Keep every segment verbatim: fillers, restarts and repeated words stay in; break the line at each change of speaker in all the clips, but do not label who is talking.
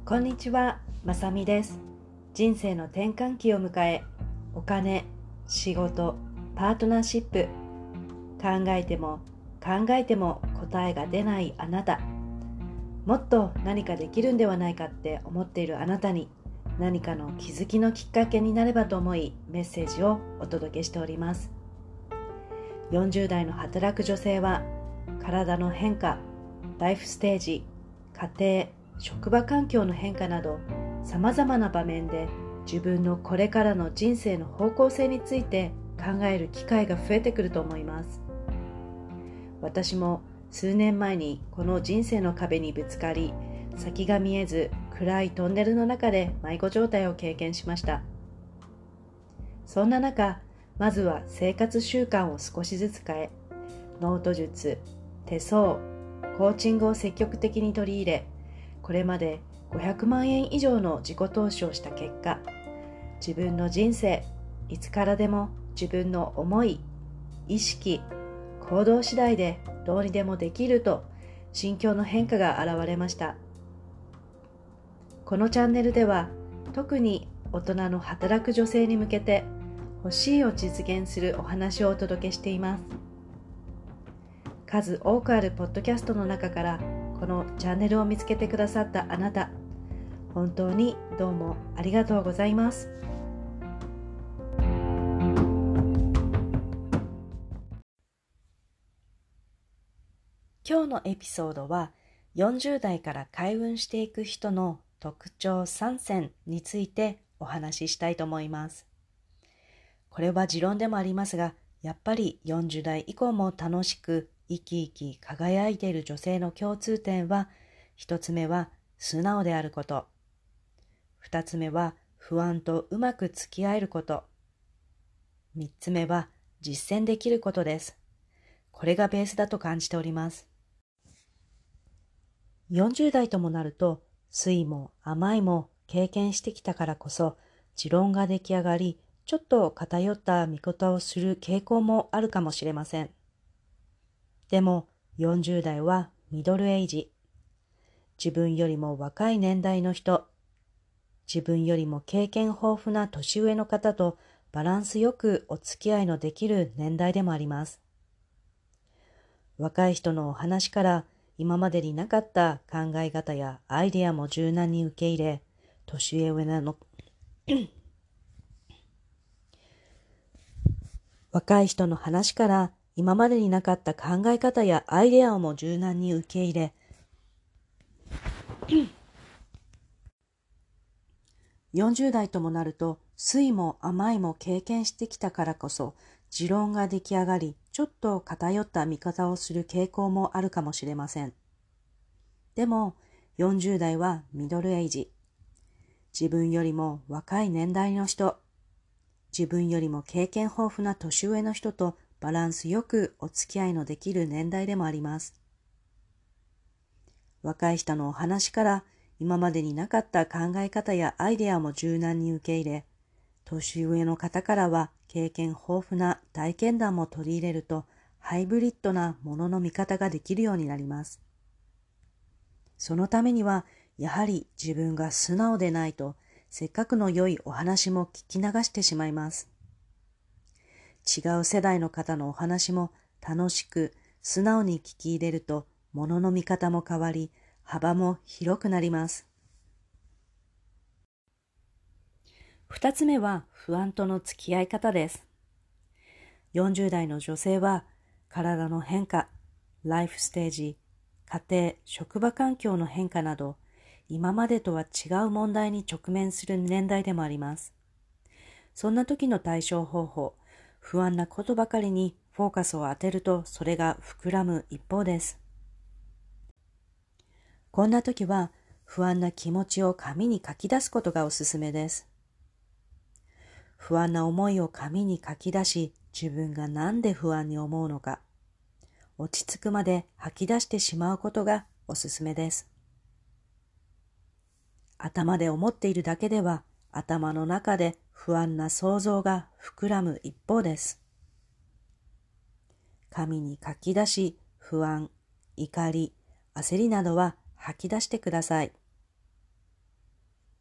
こんにちは、まさみです。人生の転換期を迎え、お金、仕事、パートナーシップ、考えても考えても答えが出ないあなた、もっと何かできるんではないかって思っているあなたに、何かの気づきのきっかけになればと思い、メッセージをお届けしております。よんじゅう代の働く女性は、体の変化、ライフステージ、家庭、職場環境の変化など、さまざまな場面で自分のこれからの人生の方向性について考える機会が増えてくると思います。私も数年前にこの人生の壁にぶつかり、先が見えず暗いトンネルの中で迷子状態を経験しました。そんな中、まずは生活習慣を少しずつ変え、ノート術、手相、コーチングを積極的に取り入れ、これまでごひゃくまんえん以上の自己投資をした結果、自分の人生、いつからでも自分の思い、意識、行動次第でどうにでもできると心境の変化が現れました。このチャンネルでは、特に大人の働く女性に向けて欲しいを実現するお話をお届けしています。数多くあるポッドキャストの中からこのチャンネルを見つけてくださったあなた、本当にどうもありがとうございます。今日のエピソードはよんじゅう代から開運していく人の特徴さんせんについてお話ししたいと思います。これは持論でもありますが、やっぱりよんじゅう代以降も楽しく生き生き輝いている女性の共通点は、一つ目は素直であること、二つ目は不安とうまく付き合えること、三つ目は実践できることです。これがベースだと感じております。よんじゅう代ともなると、酸いも甘いも経験してきたからこそ、持論が出来上がり、ちょっと偏った見方をする傾向もあるかもしれません。でもよんじゅう代はミドルエイジ。自分よりも若い年代の人、自分よりも経験豊富な年上の方とバランスよくお付き合いのできる年代でもあります。若い人のお話から今までになかった考え方やアイデアも柔軟に受け入れ、年上の若い人の話から今までになかった考え方やアイデアをも柔軟に受け入れ、よんじゅう代ともなると酸いも甘いも経験してきたからこそ、持論が出来上がり、ちょっと偏った見方をする傾向もあるかもしれません。でもよんじゅう代はミドルエイジ。自分よりも若い年代の人、自分よりも経験豊富な年上の人とバランスよくお付き合いのできる年代でもあります。若い人のお話から今までになかった考え方やアイデアも柔軟に受け入れ、年上の方からは経験豊富な体験談も取り入れると、ハイブリッドなものの見方ができるようになります。そのためには、やはり自分が素直でないと、せっかくの良いお話も聞き流してしまいます。違う世代の方のお話も楽しく素直に聞き入れると、ものの見方も変わり、幅も広くなります。二つ目は不安との付き合い方です。よんじゅう代の女性は体の変化、ライフステージ、家庭、職場環境の変化など、今までとは違う問題に直面する年代でもあります。そんな時の対処方法、不安なことばかりにフォーカスを当てると、それが膨らむ一方です。こんな時は不安な気持ちを紙に書き出すことがおすすめです。不安な思いを紙に書き出し、自分がなんで不安に思うのか、落ち着くまで吐き出してしまうことがおすすめです。頭で思っているだけでは、頭の中で不安な想像が膨らむ一方です。紙に書き出し、不安、怒り、焦りなどは吐き出してください。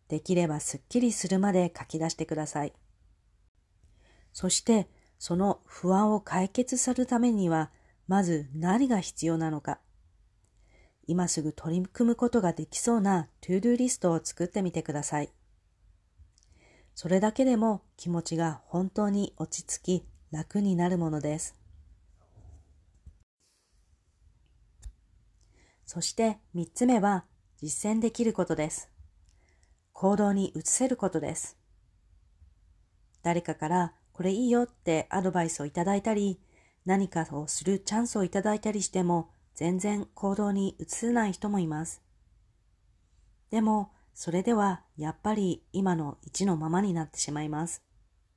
できればすっきりするまで書き出してください。そしてその不安を解決するためにはまず何が必要なのか、今すぐ取り組むことができそうなトゥードゥーリストを作ってみてください。それだけでも気持ちが本当に落ち着き楽になるものです。そして三つ目は実践できることです。行動に移せることです。誰かからこれいいよってアドバイスをいただいたり、何かをするチャンスをいただいたりしても全然行動に移せない人もいます。でもそれではやっぱり今の位置のままになってしまいます。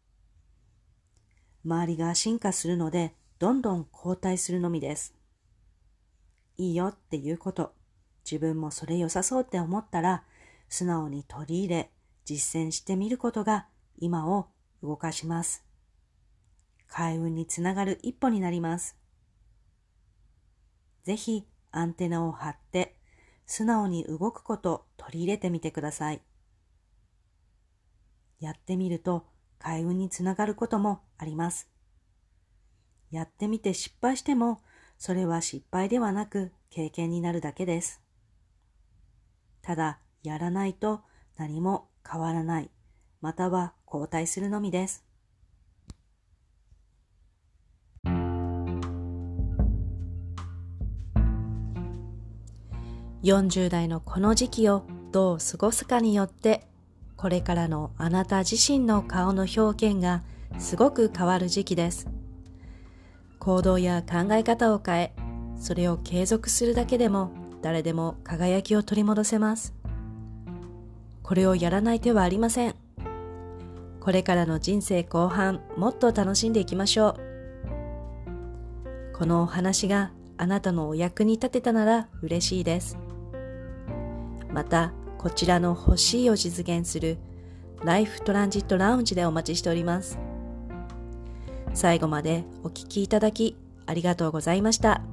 周りが進化するのでどんどん後退するのみです。いいよっていうこと、自分もそれ良さそうって思ったら素直に取り入れ実践してみることが今を動かします。開運につながる一歩になります。ぜひアンテナを張って素直に動くことを取り入れてみてください。やってみると開運につながることもあります。やってみて失敗してもそれは失敗ではなく経験になるだけです。ただやらないと何も変わらない、または後退するのみです。よんじゅう代のこの時期をどう過ごすかによってこれからのあなた自身の顔の表現がすごく変わる時期です。行動や考え方を変え、それを継続するだけでも誰でも輝きを取り戻せます。これをやらない手はありません。これからの人生後半、もっと楽しんでいきましょう。このお話があなたのお役に立てたなら嬉しいです。また、こちらの欲しいを実現するライフトランジットラウンジでお待ちしております。最後までお聞きいただきありがとうございました。